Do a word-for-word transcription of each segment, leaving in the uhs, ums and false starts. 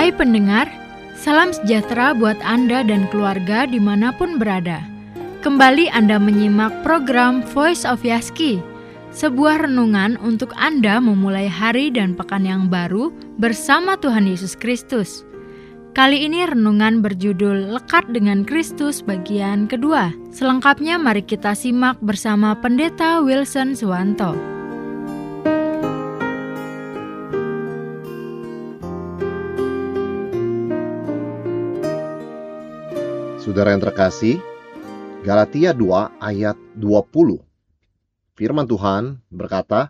Hai pendengar, salam sejahtera buat Anda dan keluarga dimanapun berada. Kembali Anda menyimak program Voice of Yaski, sebuah renungan untuk Anda memulai hari dan pekan yang baru bersama Tuhan Yesus Kristus. Kali ini renungan berjudul Lekat dengan Kristus bagian kedua. Selengkapnya mari kita simak bersama Pendeta Wilson Suwanto. Saudara yang terkasih, Galatia dua ayat dua puluh. Firman Tuhan berkata,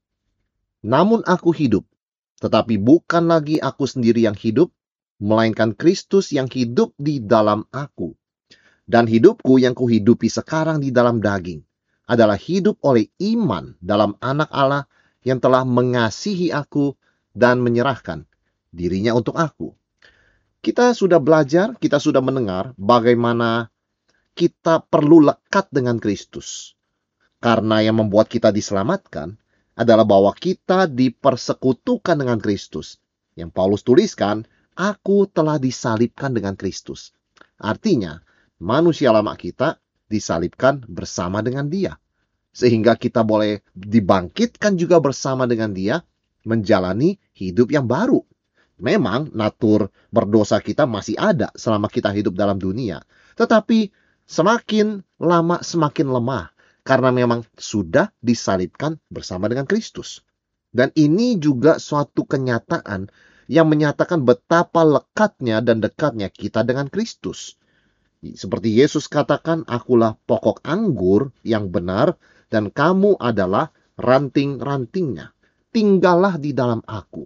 "Namun aku hidup, tetapi bukan lagi aku sendiri yang hidup, melainkan Kristus yang hidup di dalam aku. Dan hidupku yang kuhidupi sekarang di dalam daging adalah hidup oleh iman dalam Anak Allah yang telah mengasihi aku dan menyerahkan dirinya untuk aku." Kita sudah belajar, kita sudah mendengar bagaimana kita perlu lekat dengan Kristus. Karena yang membuat kita diselamatkan adalah bahwa kita dipersekutukan dengan Kristus. Yang Paulus tuliskan, aku telah disalibkan dengan Kristus. Artinya, manusia lama kita disalibkan bersama dengan Dia. Sehingga kita boleh dibangkitkan juga bersama dengan Dia, menjalani hidup yang baru. Memang natur berdosa kita masih ada selama kita hidup dalam dunia. Tetapi semakin lama semakin lemah. Karena memang sudah disalibkan bersama dengan Kristus. Dan ini juga suatu kenyataan yang menyatakan betapa lekatnya dan dekatnya kita dengan Kristus. Seperti Yesus katakan, akulah pokok anggur yang benar dan kamu adalah ranting-rantingnya. Tinggallah di dalam aku.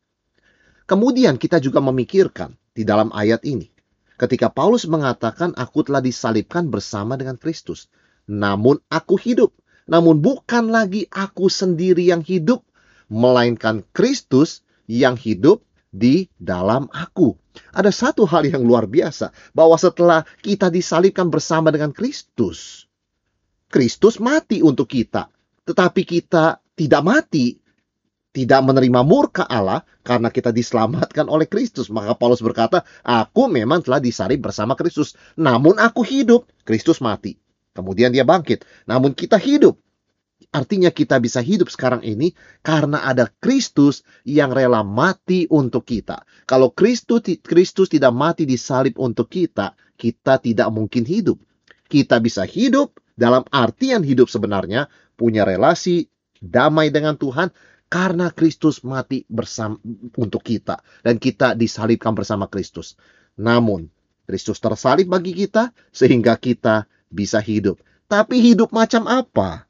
Kemudian kita juga memikirkan di dalam ayat ini. Ketika Paulus mengatakan aku telah disalibkan bersama dengan Kristus. Namun aku hidup. Namun bukan lagi aku sendiri yang hidup. Melainkan Kristus yang hidup di dalam aku. Ada satu hal yang luar biasa. Bahwa setelah kita disalibkan bersama dengan Kristus. Kristus mati untuk kita. Tetapi kita tidak mati. Tidak menerima murka Allah karena kita diselamatkan oleh Kristus. Maka Paulus berkata, aku memang telah disalib bersama Kristus. Namun aku hidup. Kristus mati. Kemudian dia bangkit. Namun kita hidup. Artinya kita bisa hidup sekarang ini karena ada Kristus yang rela mati untuk kita. Kalau Kristus, Kristus tidak mati disalib untuk kita, kita tidak mungkin hidup. Kita bisa hidup dalam artian hidup sebenarnya, punya relasi damai dengan Tuhan, karena Kristus mati bersama untuk kita. Dan kita disalibkan bersama Kristus. Namun, Kristus tersalib bagi kita sehingga kita bisa hidup. Tapi hidup macam apa?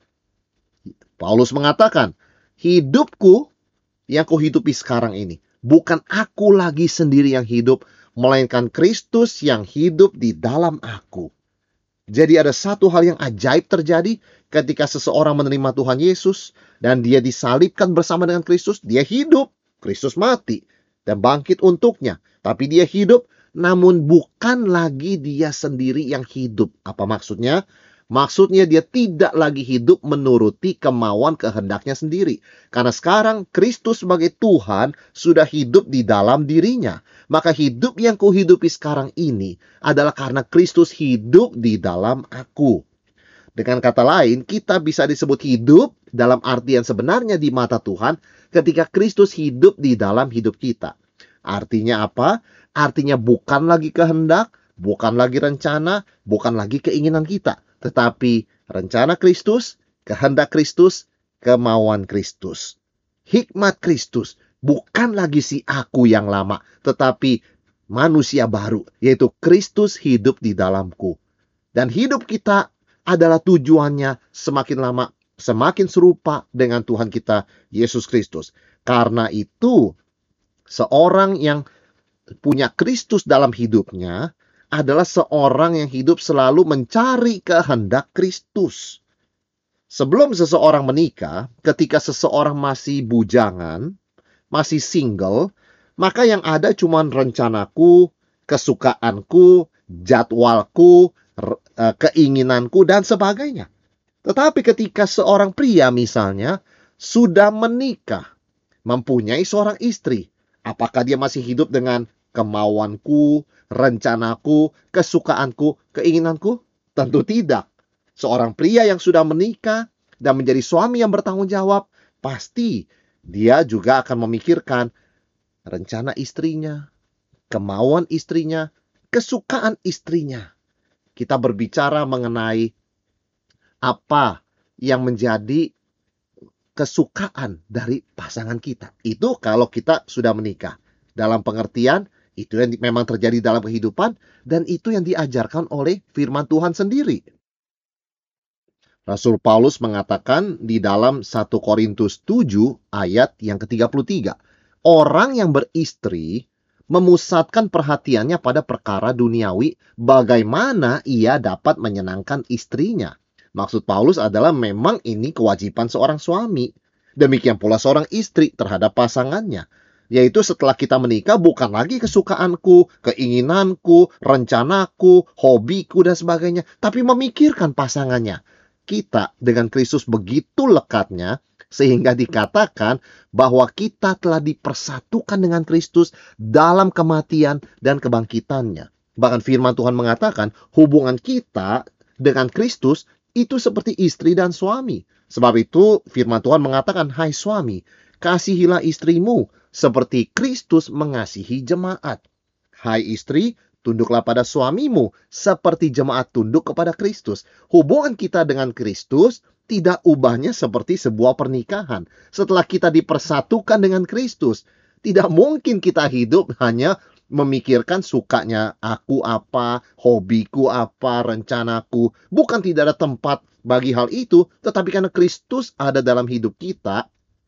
Paulus mengatakan, hidupku yang kuhidupi sekarang ini. Bukan aku lagi sendiri yang hidup, melainkan Kristus yang hidup di dalam aku. Jadi ada satu hal yang ajaib terjadi ketika seseorang menerima Tuhan Yesus dan dia disalibkan bersama dengan Kristus. Dia hidup, Kristus mati dan bangkit untuknya. Tapi dia hidup, namun bukan lagi dia sendiri yang hidup. Apa maksudnya? Maksudnya dia tidak lagi hidup menuruti kemauan kehendaknya sendiri. Karena sekarang Kristus sebagai Tuhan sudah hidup di dalam dirinya. Maka hidup yang kuhidupi sekarang ini adalah karena Kristus hidup di dalam aku. Dengan kata lain, kita bisa disebut hidup dalam artian sebenarnya di mata Tuhan ketika Kristus hidup di dalam hidup kita. Artinya apa? Artinya bukan lagi kehendak, bukan lagi rencana, bukan lagi keinginan kita. Tetapi rencana Kristus, kehendak Kristus, kemauan Kristus. Hikmat Kristus, bukan lagi si aku yang lama, tetapi manusia baru, yaitu Kristus hidup di dalamku. Dan hidup kita adalah tujuannya semakin lama, semakin serupa dengan Tuhan kita, Yesus Kristus. Karena itu, seorang yang punya Kristus dalam hidupnya adalah seorang yang hidup selalu mencari kehendak Kristus. Sebelum seseorang menikah, ketika seseorang masih bujangan, masih single, maka yang ada cuma rencanaku, kesukaanku, jadwalku, keinginanku, dan sebagainya. Tetapi ketika seorang pria misalnya sudah menikah, mempunyai seorang istri, apakah dia masih hidup dengan kemauanku, rencanaku, kesukaanku, keinginanku? Tentu tidak. Seorang pria yang sudah menikah dan menjadi suami yang bertanggung jawab, pasti dia juga akan memikirkan rencana istrinya, kemauan istrinya, kesukaan istrinya. Kita berbicara mengenai apa yang menjadi kesukaan dari pasangan kita. Itu kalau kita sudah menikah. Dalam pengertian, itu yang memang terjadi dalam kehidupan, dan itu yang diajarkan oleh firman Tuhan sendiri. Rasul Paulus mengatakan di dalam satu Korintus tujuh ayat yang ke tiga puluh tiga. Orang yang beristri memusatkan perhatiannya pada perkara duniawi, bagaimana ia dapat menyenangkan istrinya. Maksud Paulus adalah memang ini kewajiban seorang suami. Demikian pula seorang istri terhadap pasangannya. Yaitu setelah kita menikah bukan lagi kesukaanku, keinginanku, rencanaku, hobiku dan sebagainya. Tapi memikirkan pasangannya. Kita dengan Kristus begitu lekatnya sehingga dikatakan bahwa kita telah dipersatukan dengan Kristus dalam kematian dan kebangkitannya. Bahkan firman Tuhan mengatakan hubungan kita dengan Kristus itu seperti istri dan suami. Sebab itu firman Tuhan mengatakan, hai suami, kasihilah istrimu seperti Kristus mengasihi jemaat. Hai istri, tunduklah pada suamimu seperti jemaat tunduk kepada Kristus. Hubungan kita dengan Kristus tidak ubahnya seperti sebuah pernikahan. Setelah kita dipersatukan dengan Kristus, tidak mungkin kita hidup hanya memikirkan sukanya aku apa, hobiku apa, rencanaku. Bukan tidak ada tempat bagi hal itu, tetapi karena Kristus ada dalam hidup kita,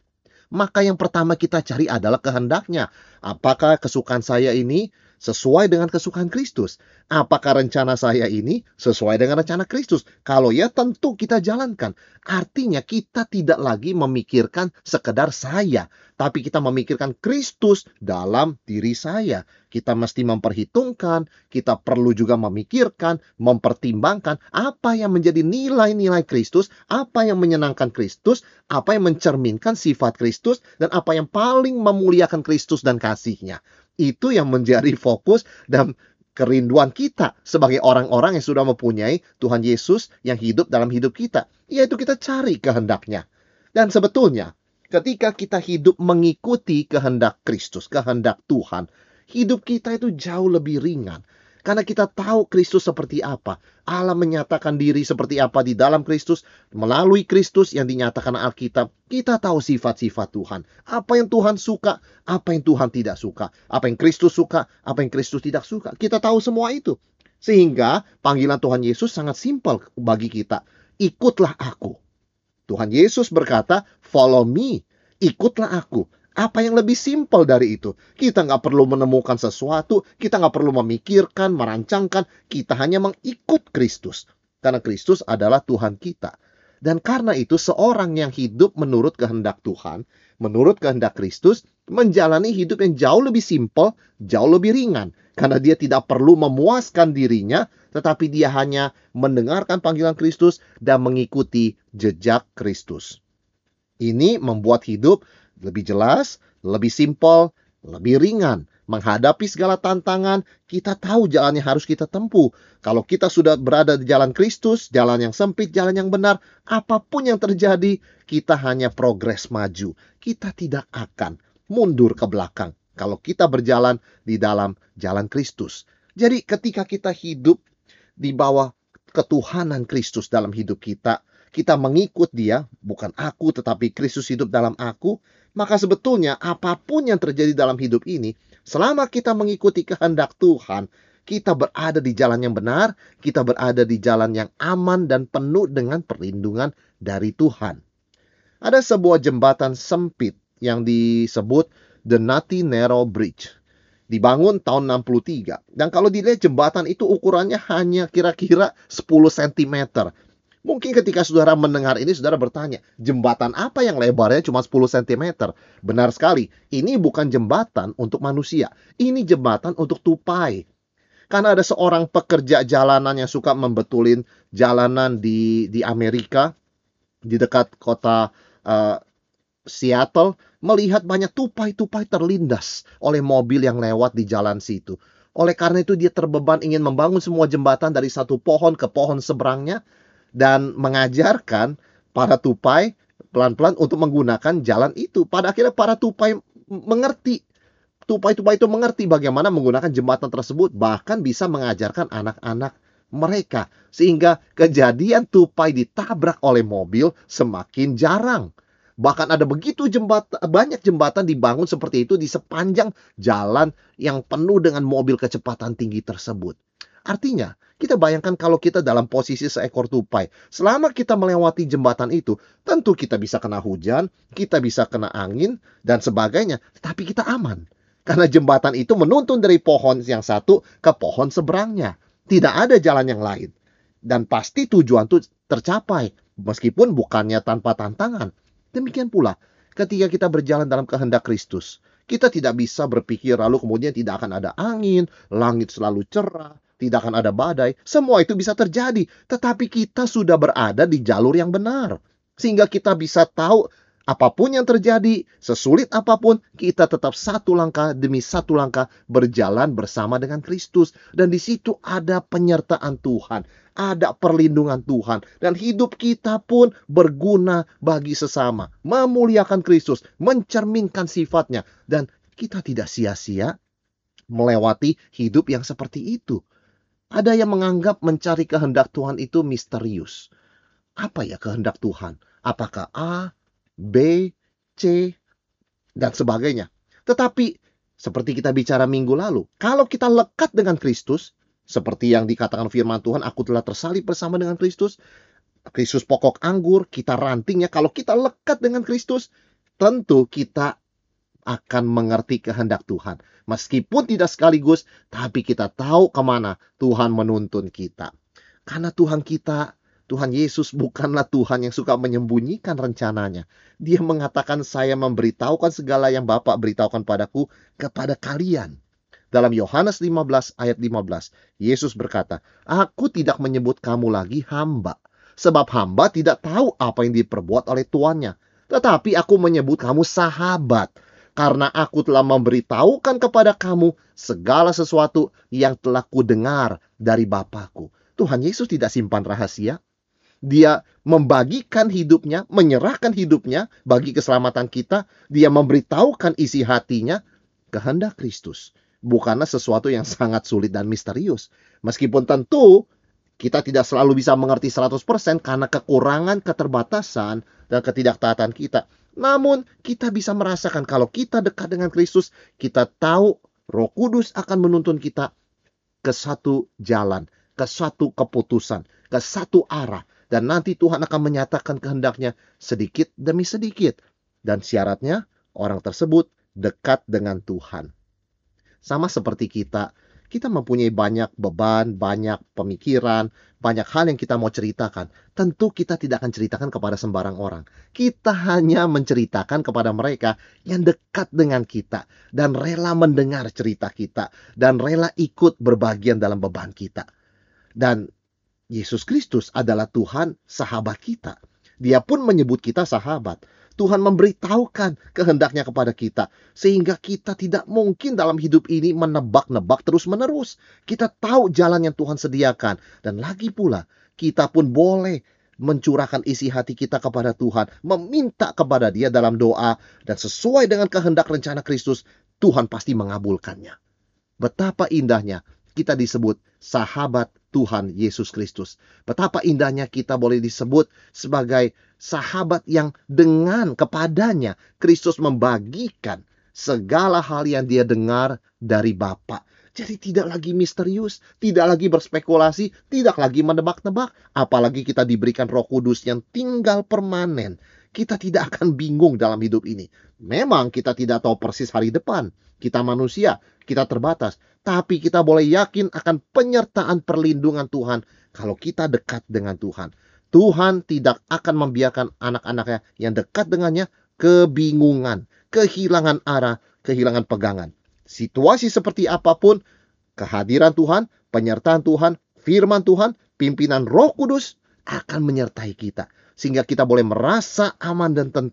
maka yang pertama kita cari adalah kehendaknya. Apakah kesukaan saya ini sesuai dengan kesukaan Kristus? Apakah rencana saya ini sesuai dengan rencana Kristus? Kalau ya, tentu kita jalankan. Artinya kita tidak lagi memikirkan sekedar saya, tapi kita memikirkan Kristus dalam diri saya. Kita mesti memperhitungkan, kita perlu juga memikirkan, mempertimbangkan apa yang menjadi nilai-nilai Kristus, apa yang menyenangkan Kristus, apa yang mencerminkan sifat Kristus, dan apa yang paling memuliakan Kristus dan kasih-Nya. Itu yang menjadi fokus dan kerinduan kita sebagai orang-orang yang sudah mempunyai Tuhan Yesus yang hidup dalam hidup kita. Yaitu kita cari kehendak-Nya. Dan sebetulnya ketika kita hidup mengikuti kehendak Kristus, kehendak Tuhan, hidup kita itu jauh lebih ringan. Karena kita tahu Kristus seperti apa. Allah menyatakan diri seperti apa di dalam Kristus. Melalui Kristus yang dinyatakan Alkitab, kita tahu sifat-sifat Tuhan. Apa yang Tuhan suka, apa yang Tuhan tidak suka. Apa yang Kristus suka, apa yang Kristus tidak suka. Kita tahu semua itu. Sehingga panggilan Tuhan Yesus sangat simpel bagi kita. Ikutlah aku. Tuhan Yesus berkata, follow me. Ikutlah aku. Apa yang lebih simpel dari itu? Kita nggak perlu menemukan sesuatu, kita nggak perlu memikirkan, merancangkan, kita hanya mengikut Kristus. Karena Kristus adalah Tuhan kita. Dan karena itu seorang yang hidup menurut kehendak Tuhan, menurut kehendak Kristus, menjalani hidup yang jauh lebih simpel, jauh lebih ringan. Karena dia tidak perlu memuaskan dirinya, tetapi dia hanya mendengarkan panggilan Kristus dan mengikuti jejak Kristus. Ini membuat hidup lebih jelas, lebih simpel, lebih ringan. Menghadapi segala tantangan, kita tahu jalan yang harus kita tempuh. Kalau kita sudah berada di jalan Kristus, jalan yang sempit, jalan yang benar, apapun yang terjadi, kita hanya progres maju. Kita tidak akan mundur ke belakang kalau kita berjalan di dalam jalan Kristus. Jadi ketika kita hidup di bawah ketuhanan Kristus dalam hidup kita, kita mengikut Dia, bukan aku tetapi Kristus hidup dalam aku, maka sebetulnya apapun yang terjadi dalam hidup ini, selama kita mengikuti kehendak Tuhan, kita berada di jalan yang benar, kita berada di jalan yang aman dan penuh dengan perlindungan dari Tuhan. Ada sebuah jembatan sempit yang disebut The Nati Narrow Bridge. Dibangun tahun enam puluh tiga. Dan kalau dilihat jembatan itu ukurannya hanya kira-kira sepuluh sentimeter. Mungkin ketika saudara mendengar ini, saudara bertanya, jembatan apa yang lebarnya cuma sepuluh sentimeter? Benar sekali, ini bukan jembatan untuk manusia. Ini jembatan untuk tupai. Karena ada seorang pekerja jalanan yang suka membetulin jalanan di, di Amerika, di dekat kota uh, Seattle. melihat banyak tupai-tupai terlindas oleh mobil yang lewat di jalan situ. Oleh karena itu dia terbeban ingin membangun semua jembatan dari satu pohon ke pohon seberangnya dan mengajarkan para tupai pelan-pelan untuk menggunakan jalan itu. Pada akhirnya para tupai mengerti. Tupai-tupai itu mengerti bagaimana menggunakan jembatan tersebut, bahkan bisa mengajarkan anak-anak mereka. Sehingga kejadian tupai ditabrak oleh mobil semakin jarang. Bahkan ada begitu jembatan, banyak jembatan dibangun seperti itu di sepanjang jalan yang penuh dengan mobil kecepatan tinggi tersebut. Artinya, kita bayangkan kalau kita dalam posisi seekor tupai. Selama kita melewati jembatan itu, tentu kita bisa kena hujan, kita bisa kena angin, dan sebagainya. Tapi kita aman. Karena jembatan itu menuntun dari pohon yang satu ke pohon seberangnya. Tidak ada jalan yang lain. Dan pasti tujuan itu tercapai. Meskipun bukannya tanpa tantangan. Demikian pula ketika kita berjalan dalam kehendak Kristus. Kita tidak bisa berpikir lalu kemudian tidak akan ada angin, langit selalu cerah, tidak akan ada badai. Semua itu bisa terjadi. Tetapi kita sudah berada di jalur yang benar. Sehingga kita bisa tahu apapun yang terjadi, sesulit apapun, kita tetap satu langkah demi satu langkah berjalan bersama dengan Kristus. Dan di situ ada penyertaan Tuhan, ada perlindungan Tuhan. Dan hidup kita pun berguna bagi sesama, memuliakan Kristus, mencerminkan sifatnya. Dan kita tidak sia-sia melewati hidup yang seperti itu. Ada yang menganggap mencari kehendak Tuhan itu misterius. Apa ya kehendak Tuhan? Apakah A, B, C, dan sebagainya. Tetapi seperti kita bicara minggu lalu, kalau kita lekat dengan Kristus, seperti yang dikatakan firman Tuhan, aku telah tersalib bersama dengan Kristus, Kristus pokok anggur, kita rantingnya. Kalau kita lekat dengan Kristus, tentu kita akan mengerti kehendak Tuhan. Meskipun tidak sekaligus, tapi kita tahu kemana Tuhan menuntun kita. Karena Tuhan kita, Tuhan Yesus bukanlah Tuhan yang suka menyembunyikan rencananya. Dia mengatakan, saya memberitahukan segala yang Bapa beritahukan padaku kepada kalian. Dalam Yohanes lima belas ayat lima belas, Yesus berkata, aku tidak menyebut kamu lagi hamba. Sebab hamba tidak tahu apa yang diperbuat oleh tuannya. Tetapi aku menyebut kamu sahabat. Karena aku telah memberitahukan kepada kamu segala sesuatu yang telah kudengar dari Bapakku. Tuhan Yesus tidak simpan rahasia. Dia membagikan hidupnya, menyerahkan hidupnya bagi keselamatan kita. Dia memberitahukan isi hatinya, kehendak Kristus. Bukanlah sesuatu yang sangat sulit dan misterius. Meskipun tentu kita tidak selalu bisa mengerti seratus persen karena kekurangan, keterbatasan, dan ketidaktaatan kita. Namun kita bisa merasakan kalau kita dekat dengan Kristus, kita tahu Roh Kudus akan menuntun kita ke satu jalan, ke satu keputusan, ke satu arah. Dan nanti Tuhan akan menyatakan kehendaknya sedikit demi sedikit. Dan syaratnya orang tersebut dekat dengan Tuhan. Sama seperti kita, kita mempunyai banyak beban, banyak pemikiran, banyak hal yang kita mau ceritakan. Tentu kita tidak akan ceritakan kepada sembarang orang. Kita hanya menceritakan kepada mereka yang dekat dengan kita. Dan rela mendengar cerita kita. Dan rela ikut berbagian dalam beban kita. Dan Yesus Kristus adalah Tuhan sahabat kita. Dia pun menyebut kita sahabat. Tuhan memberitahukan kehendaknya kepada kita. Sehingga kita tidak mungkin dalam hidup ini menebak-nebak terus-menerus. Kita tahu jalan yang Tuhan sediakan. Dan lagi pula, kita pun boleh mencurahkan isi hati kita kepada Tuhan. Meminta kepada Dia dalam doa. Dan sesuai dengan kehendak rencana Kristus, Tuhan pasti mengabulkannya. Betapa indahnya kita disebut sahabat Tuhan Yesus Kristus. Betapa indahnya kita boleh disebut sebagai sahabat yang dengan kepadanya Kristus membagikan segala hal yang dia dengar dari Bapa. Jadi tidak lagi misterius, tidak lagi berspekulasi, tidak lagi menebak-nebak. Apalagi kita diberikan Roh Kudus yang tinggal permanen. Kita tidak akan bingung dalam hidup ini. Memang kita tidak tahu persis hari depan. Kita manusia, kita terbatas. Tapi kita boleh yakin akan penyertaan perlindungan Tuhan kalau kita dekat dengan Tuhan. Tuhan tidak akan membiarkan anak-anaknya yang dekat dengannya kebingungan, kehilangan arah, kehilangan pegangan. Situasi seperti apapun, kehadiran Tuhan, penyertaan Tuhan, firman Tuhan, pimpinan Roh Kudus akan menyertai kita. Sehingga kita boleh merasa aman dan tentram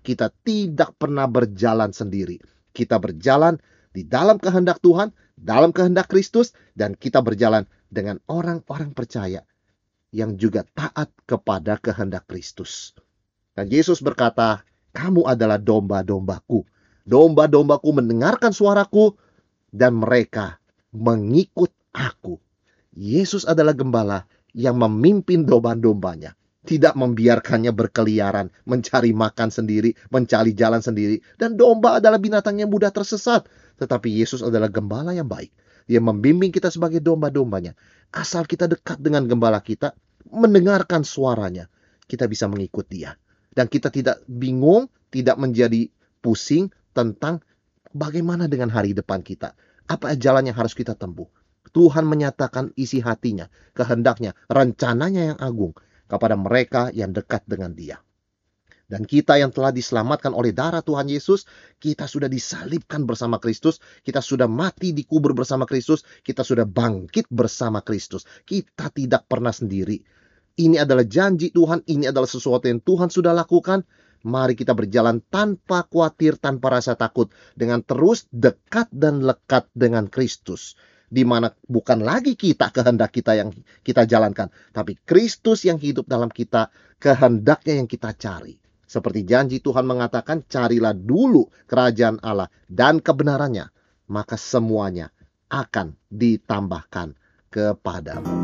kita tidak pernah berjalan sendiri. Kita berjalan di dalam kehendak Tuhan, dalam kehendak Kristus, dan kita berjalan dengan orang-orang percaya yang juga taat kepada kehendak Kristus. Dan Yesus berkata, kamu adalah domba-dombaku. Domba-dombaku mendengarkan suaraku, dan mereka mengikut aku. Yesus adalah gembala yang memimpin domba-dombanya. Tidak membiarkannya berkeliaran, mencari makan sendiri, mencari jalan sendiri. Dan domba adalah binatang yang mudah tersesat. Tetapi Yesus adalah gembala yang baik. Dia membimbing kita sebagai domba-dombanya. Asal kita dekat dengan gembala kita, mendengarkan suaranya, kita bisa mengikut dia. Dan kita tidak bingung, tidak menjadi pusing tentang bagaimana dengan hari depan kita. Apa jalan yang harus kita tempuh. Tuhan menyatakan isi hatinya, kehendaknya, rencananya yang agung kepada mereka yang dekat dengan dia. Dan kita yang telah diselamatkan oleh darah Tuhan Yesus, kita sudah disalibkan bersama Kristus, kita sudah mati dikubur bersama Kristus, kita sudah bangkit bersama Kristus. Kita tidak pernah sendiri. Ini adalah janji Tuhan, ini adalah sesuatu yang Tuhan sudah lakukan. Mari kita berjalan tanpa khawatir, tanpa rasa takut, dengan terus dekat dan lekat dengan Kristus. Di mana bukan lagi kita kehendak kita yang kita jalankan, tapi Kristus yang hidup dalam kita, kehendaknya yang kita cari. Seperti janji Tuhan mengatakan, carilah dulu kerajaan Allah dan kebenarannya, maka semuanya akan ditambahkan kepadamu.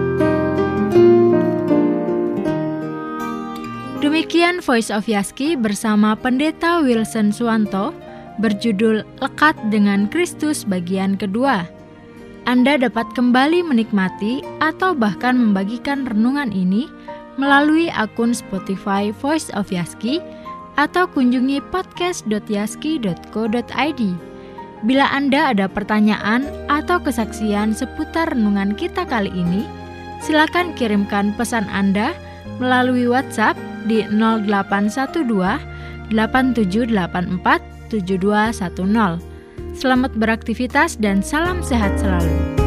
Demikian Voice of Yaski bersama Pendeta Wilson Suwanto berjudul Lekat dengan Kristus bagian kedua. Anda dapat kembali menikmati atau bahkan membagikan renungan ini melalui akun Spotify Voice of Yaski atau kunjungi podcast dot yaski dot co dot i d. Bila Anda ada pertanyaan atau kesaksian seputar renungan kita kali ini, silakan kirimkan pesan Anda melalui WhatsApp di nol delapan satu dua delapan tujuh delapan empat tujuh dua satu nol. Selamat beraktivitas dan salam sehat selalu.